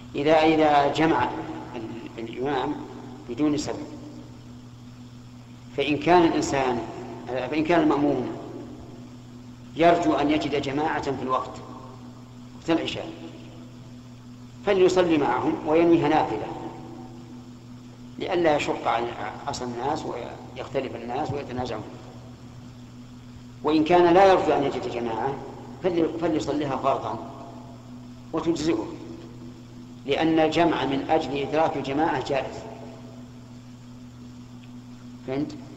إذا جمع الإمام بدون سبب، فإن كان المأموم يرجو أن يجد جماعة في الوقت العشاء فليصلي معهم وينويها نافلة لئلا يشق على أصل الناس ويختلف الناس ويتنازعون. وإن كان لا يرجو أن يجد جماعة فليصليها فرضا وتجزئه، لأن الجمع من أجل إدراك الجماعة جائز. فهمت؟